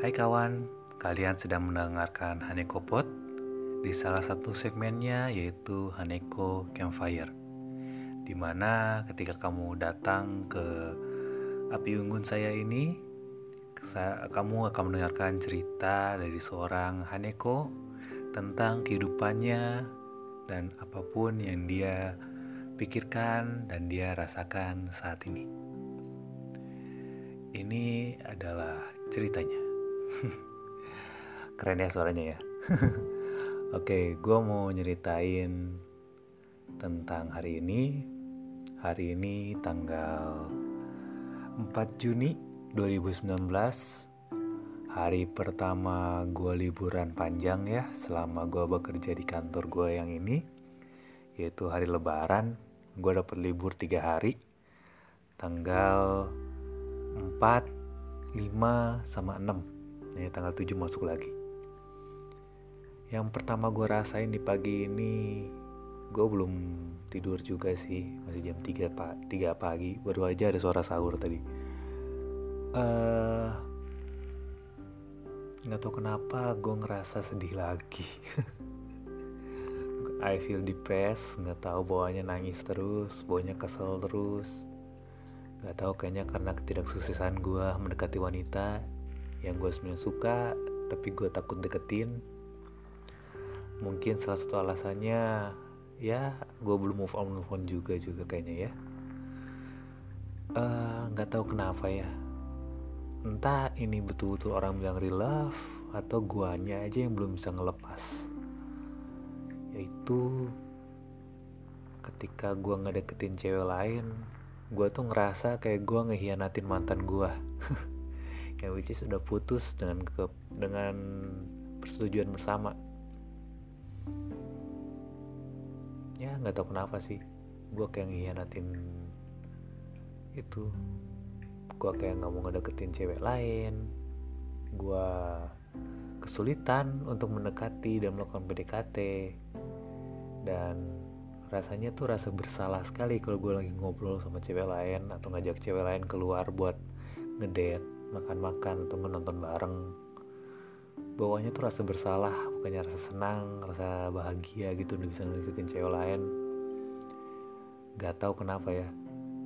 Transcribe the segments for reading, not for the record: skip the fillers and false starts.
Hai kawan, kalian sedang mendengarkan Haneko Pod di salah satu segmennya yaitu Haneko Campfire, di mana ketika kamu datang ke api unggun saya ini, kamu akan mendengarkan cerita dari seorang Haneko tentang kehidupannya dan apapun yang dia pikirkan dan dia rasakan saat ini. Ini adalah ceritanya. Keren ya suaranya ya. Oke, gue mau nyeritain tentang hari ini. Hari ini tanggal 4 Juni 2019. Hari pertama gue liburan panjang ya, selama gue bekerja di kantor gue yang ini, yaitu hari lebaran. Gue dapet libur 3 hari, tanggal 4, 5, sama 6. Nah, tanggal 7 masuk lagi. Yang pertama gue rasain di pagi ini, gue belum tidur juga sih, masih jam 3 pagi, baru aja ada suara sahur tadi. Gak tau kenapa gue ngerasa sedih lagi. I feel depressed, gak tahu bawaannya nangis terus, bawaannya kesel terus. Gak tahu, kayaknya karena ketidaksuksesan gue mendekati wanita yang gue sebenarnya suka, tapi gue takut deketin. Mungkin salah satu alasannya ya gue belum move on juga kayaknya ya. Nggak tahu kenapa ya. Entah ini betul-betul orang bilang real love atau guanya aja yang belum bisa ngelepas. Yaitu ketika gue ngedeketin cewek lain, gue tuh ngerasa kayak gue ngehianatin mantan gue. Yang which is udah putus dengan persetujuan bersama. Ya nggak tahu kenapa sih, gue kayak ngianatin itu. Gue kayak nggak mau ngedeketin cewek lain. Gue kesulitan untuk mendekati dan melakukan PDKT. Dan rasanya tuh rasa bersalah sekali kalau gue lagi ngobrol sama cewek lain atau ngajak cewek lain keluar buat ngedate, makan-makan atau menonton bareng. Bawahnya tuh rasa bersalah, bukannya rasa senang, rasa bahagia gitu udah bisa ngedeketin cewek lain. Gak tahu kenapa ya.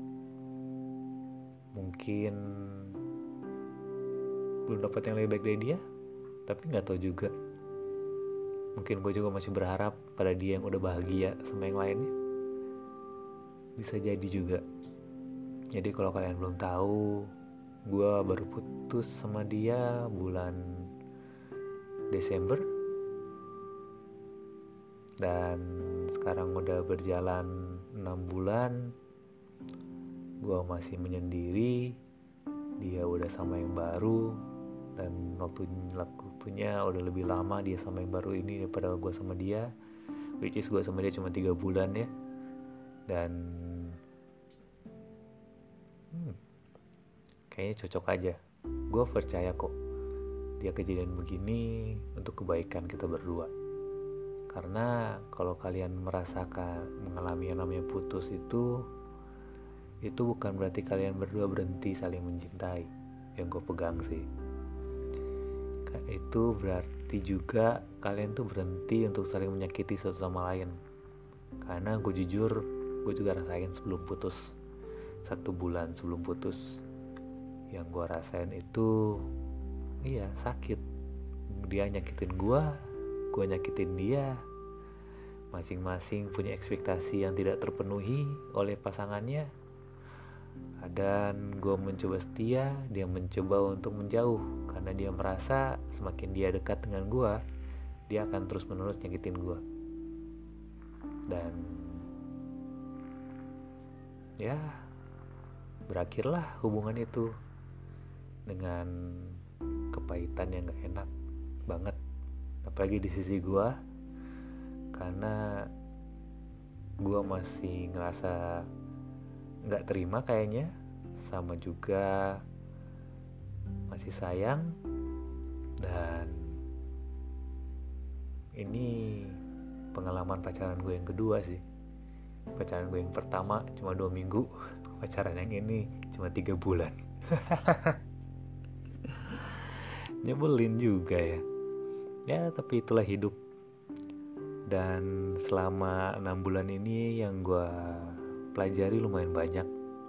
Mungkin belum dapat yang lebih baik dari dia, tapi gak tahu juga. Mungkin gue juga masih berharap pada dia yang udah bahagia sama yang lainnya. Bisa jadi juga. Jadi kalau kalian belum tahu, gue baru putus sama dia bulan Desember, dan sekarang udah berjalan 6 bulan. Gue masih menyendiri, dia udah sama yang baru, dan waktunya udah lebih lama dia sama yang baru ini daripada gue sama dia, which is gue sama dia cuma 3 bulan ya. Dan kayaknya cocok aja. Gue percaya kok dia kejadian begini untuk kebaikan kita berdua. Karena kalau kalian mengalami yang namanya putus itu bukan berarti kalian berdua berhenti saling mencintai. Yang gue pegang sih, itu berarti juga kalian tuh berhenti untuk saling menyakiti satu sama lain. Karena gue jujur, gue juga rasain sebelum putus, 1 bulan sebelum putus, yang gue rasain itu iya sakit. Dia nyakitin gue nyakitin dia. Masing-masing punya ekspektasi yang tidak terpenuhi oleh pasangannya. Dan gue mencoba setia, dia mencoba untuk menjauh. Karena dia merasa semakin dia dekat dengan gue, dia akan terus-menerus nyakitin gue. Dan ya berakhirlah hubungan itu dengan kepahitan yang gak enak banget, apalagi di sisi gue, karena gue masih ngerasa gak terima kayaknya, sama juga masih sayang. Dan ini pengalaman pacaran gue yang kedua sih. Pacaran gue yang pertama cuma 2 minggu, pacaran yang ini cuma 3 bulan. Nyebelin juga ya. Ya tapi itulah hidup. Dan selama 6 bulan ini yang gue pelajari lumayan banyak.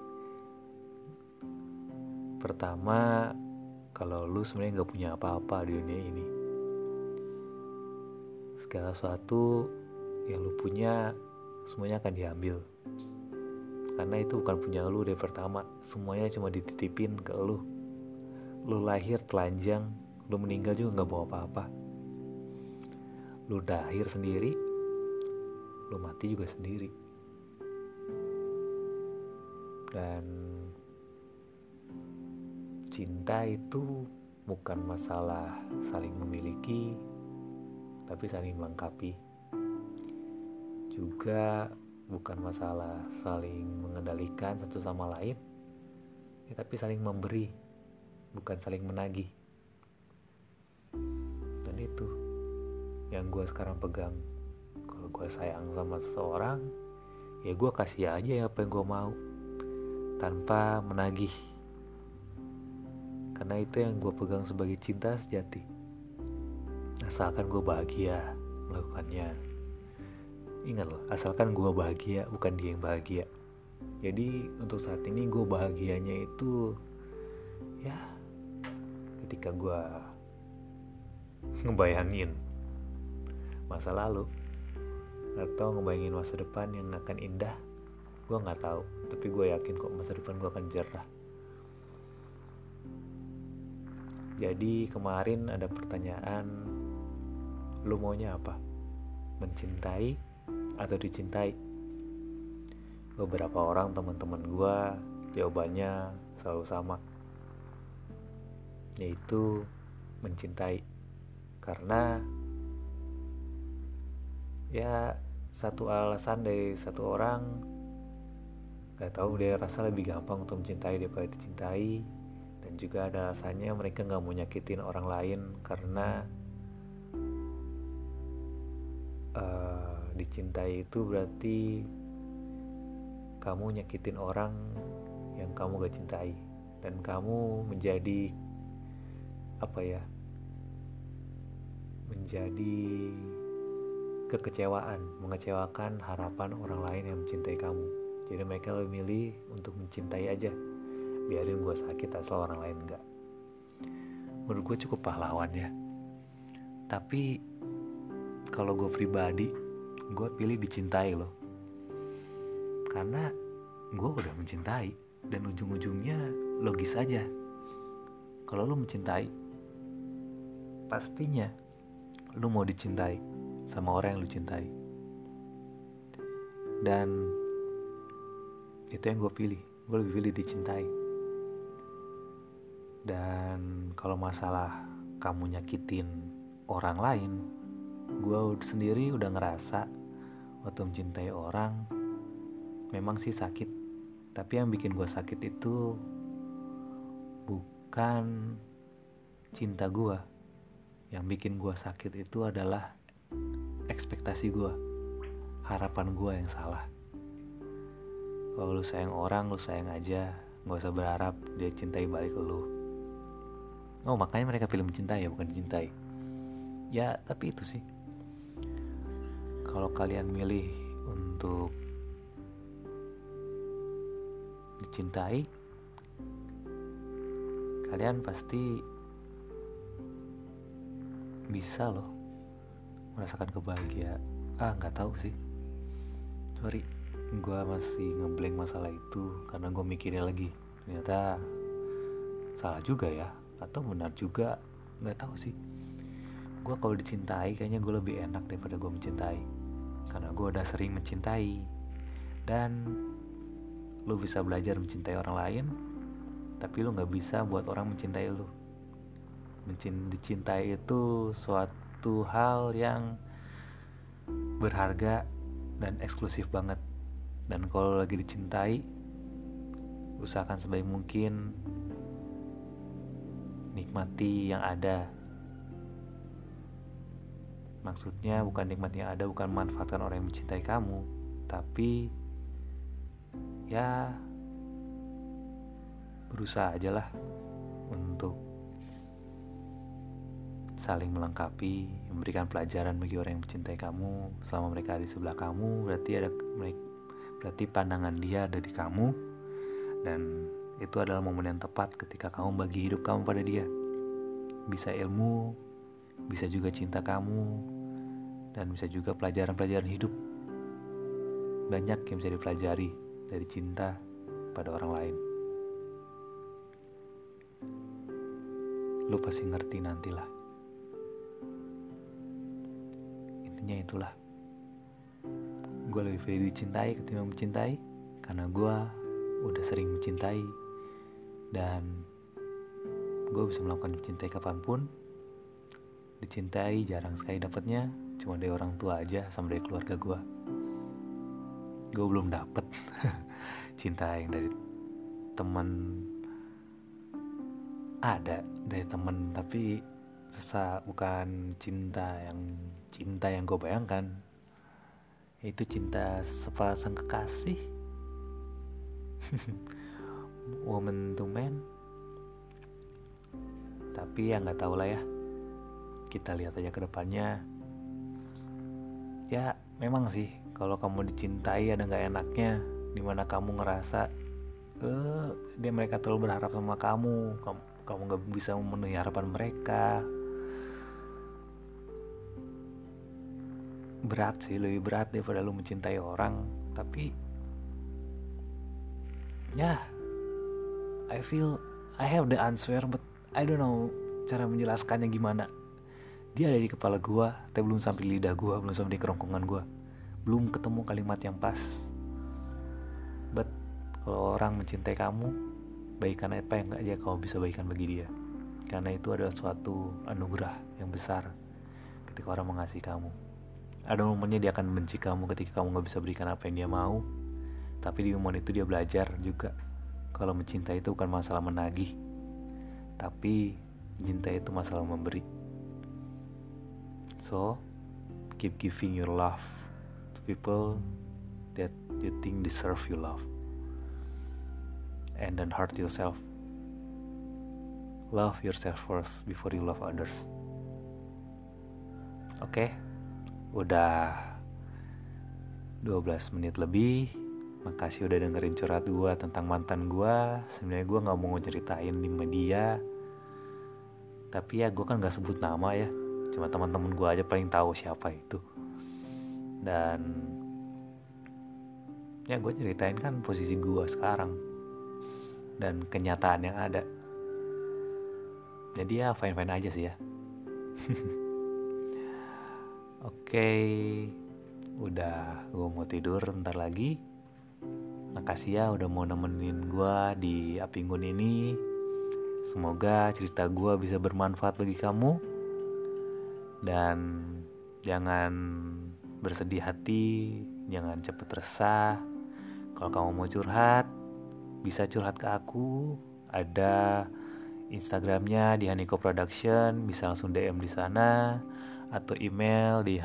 Pertama, kalau lu sebenarnya gak punya apa-apa di dunia ini. Segala sesuatu yang lu punya semuanya akan diambil. Karena itu bukan punya lu dari pertama. Semuanya cuma dititipin ke lu. Lu lahir telanjang, lu meninggal juga gak bawa apa-apa. Lu lahir sendiri, lu mati juga sendiri. Dan cinta itu bukan masalah saling memiliki, tapi saling melengkapi. Juga bukan masalah saling mengendalikan satu sama lain, tapi saling memberi, bukan saling menagih. Dan itu yang gue sekarang pegang. Kalau gue sayang sama seseorang, ya gue kasih aja apa yang gue mau, tanpa menagih. Karena itu yang gue pegang sebagai cinta sejati. Asalkan gue bahagia melakukannya. Ingat loh, asalkan gue bahagia, bukan dia yang bahagia. Jadi untuk saat ini gue bahagianya itu ya ketika gue ngebayangin masa lalu atau ngebayangin masa depan yang akan indah. Gue gak tahu, tapi gue yakin kok masa depan gue akan cerah. Jadi kemarin ada pertanyaan, lu maunya apa? Mencintai atau dicintai? Beberapa orang teman-teman gue jawabannya selalu sama, yaitu mencintai. Karena ya satu alasan dari satu orang, gak tahu dia rasa lebih gampang untuk mencintai daripada dicintai. Dan juga ada alasannya mereka gak mau nyakitin orang lain, karena dicintai itu berarti kamu nyakitin orang yang kamu gak cintai, dan kamu menjadi menjadi mengecewakan harapan orang lain yang mencintai kamu. Jadi mereka lebih milih untuk mencintai aja, biarin gue sakit asal orang lain enggak. Menurut gue cukup pahlawan ya. Tapi kalau gue pribadi, gue pilih dicintai loh. Karena gue udah mencintai, dan ujung-ujungnya logis aja. Kalau lu mencintai, pastinya lu mau dicintai sama orang yang lu cintai. Dan itu yang gue pilih. Gue lebih pilih dicintai. Dan kalau masalah kamu nyakitin orang lain, gue sendiri udah ngerasa waktu mencintai orang memang sih sakit. Tapi yang bikin gue sakit itu bukan cinta gue. Yang bikin gue sakit itu adalah ekspektasi gue, harapan gue yang salah. Kalau lu sayang orang, lu sayang aja, gak usah berharap dia cintai balik lu. Oh, makanya mereka pilih mencintai ya, bukan dicintai. Ya, tapi itu sih. Kalau kalian milih untuk dicintai, kalian pasti bisa loh merasakan kebahagiaan. Gak tahu sih, sorry, gue masih ngeblank masalah itu karena gue mikirnya lagi. Ternyata salah juga ya, atau benar juga, gak tahu sih. Gue kalau dicintai kayaknya gue lebih enak daripada gue mencintai, karena gue udah sering mencintai. Dan lu bisa belajar mencintai orang lain, tapi lu gak bisa buat orang mencintai lu. Dicintai itu suatu hal yang berharga dan eksklusif banget. Dan kalau lagi dicintai, usahakan sebaik mungkin nikmati yang ada. Maksudnya bukan nikmati yang ada, bukan manfaatkan orang yang mencintai kamu, tapi ya berusaha aja lah untuk saling melengkapi, memberikan pelajaran bagi orang yang mencintai kamu. Selama mereka di sebelah kamu, berarti pandangan dia ada di kamu, dan itu adalah momen yang tepat ketika kamu bagi hidup kamu pada dia. Bisa ilmu, bisa juga cinta kamu, dan bisa juga pelajaran-pelajaran hidup. Banyak yang bisa dipelajari dari cinta pada orang lain. Lu pasti ngerti nantilah. Intinya itulah. Gue lebih pilih dicintai ketimbang mencintai, karena gue udah sering mencintai. Dan gue bisa melakukan mencintai kapanpun. Dicintai jarang sekali dapatnya, cuma dari orang tua aja sama dari keluarga gue. Gue belum dapet cinta yang dari teman. Ada dari temen, tapi bukan cinta yang gue bayangkan. Itu cinta sepasang kekasih. Woman to man. Tapi ya gak tahu lah ya. Kita lihat aja ke depannya. Ya memang sih, kalau kamu dicintai ada gak enaknya, dimana kamu ngerasa mereka terlalu berharap sama kamu gak bisa memenuhi harapan mereka. Berat sih, lebih berat daripada lu mencintai orang. Tapi ya, I feel I have the answer, but I don't know cara menjelaskannya gimana. Dia ada di kepala gue, tapi belum sampai di lidah gue, belum sampai di kerongkongan gue. Belum ketemu kalimat yang pas. But kalau orang mencintai kamu, baikan apa yang aja kau bisa baikan bagi dia, karena itu adalah suatu anugerah yang besar ketika orang mengasihi kamu. Ada momennya dia akan benci kamu ketika kamu gak bisa berikan apa yang dia mau, tapi di momen itu dia belajar juga kalau mencintai itu bukan masalah menagih, tapi mencintai itu masalah memberi. So keep giving your love to people that you think deserve your love. And don't hurt yourself. Love yourself first before you love others. Oke, udah 12 menit lebih. Makasih udah dengerin curhat gue tentang mantan gue. Sebenarnya gue gak mau ceritain di media, tapi ya gue kan gak sebut nama ya. Cuma teman-teman gue aja paling tahu siapa itu. Dan ya gue ceritain kan posisi gue sekarang dan kenyataan yang ada. Jadi ya fine-fine aja sih ya. Oke, udah gue mau tidur bentar lagi. Makasih ya udah mau nemenin gue di Apinggun ini. Semoga cerita gue bisa bermanfaat bagi kamu. Dan jangan bersedih hati, jangan cepet resah. Kalau kamu mau curhat, bisa curhat ke aku. Ada Instagramnya di Haniko Production, bisa langsung DM di sana, atau email di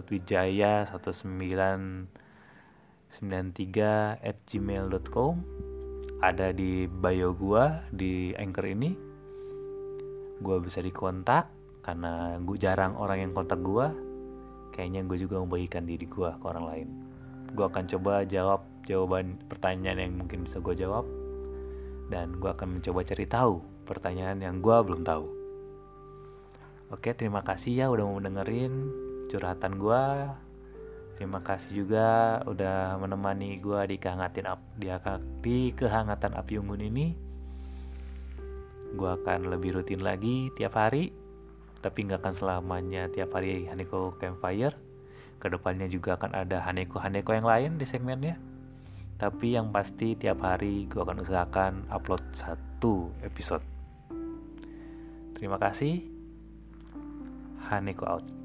hans.wijaya1993@gmail.com. Ada di bio gua di Anchor ini. Gua bisa dikontak karena gue jarang orang yang kontak gua. Kayaknya gue juga membagikan diri gua ke orang lain. Gue akan coba jawab jawaban pertanyaan yang mungkin bisa gue jawab, dan gue akan mencoba cari tahu pertanyaan yang gue belum tahu. Oke, terima kasih ya udah mau dengerin curhatan gue. Terima kasih juga udah menemani gue di kehangatan api unggun ini. Gue akan lebih rutin lagi tiap hari, tapi gak akan selamanya tiap hari Haniko Campfire. Kedepannya juga akan ada Haneko yang lain di segmennya. Tapi yang pasti tiap hari gue akan usahakan upload 1 episode. Terima kasih. Haneko out.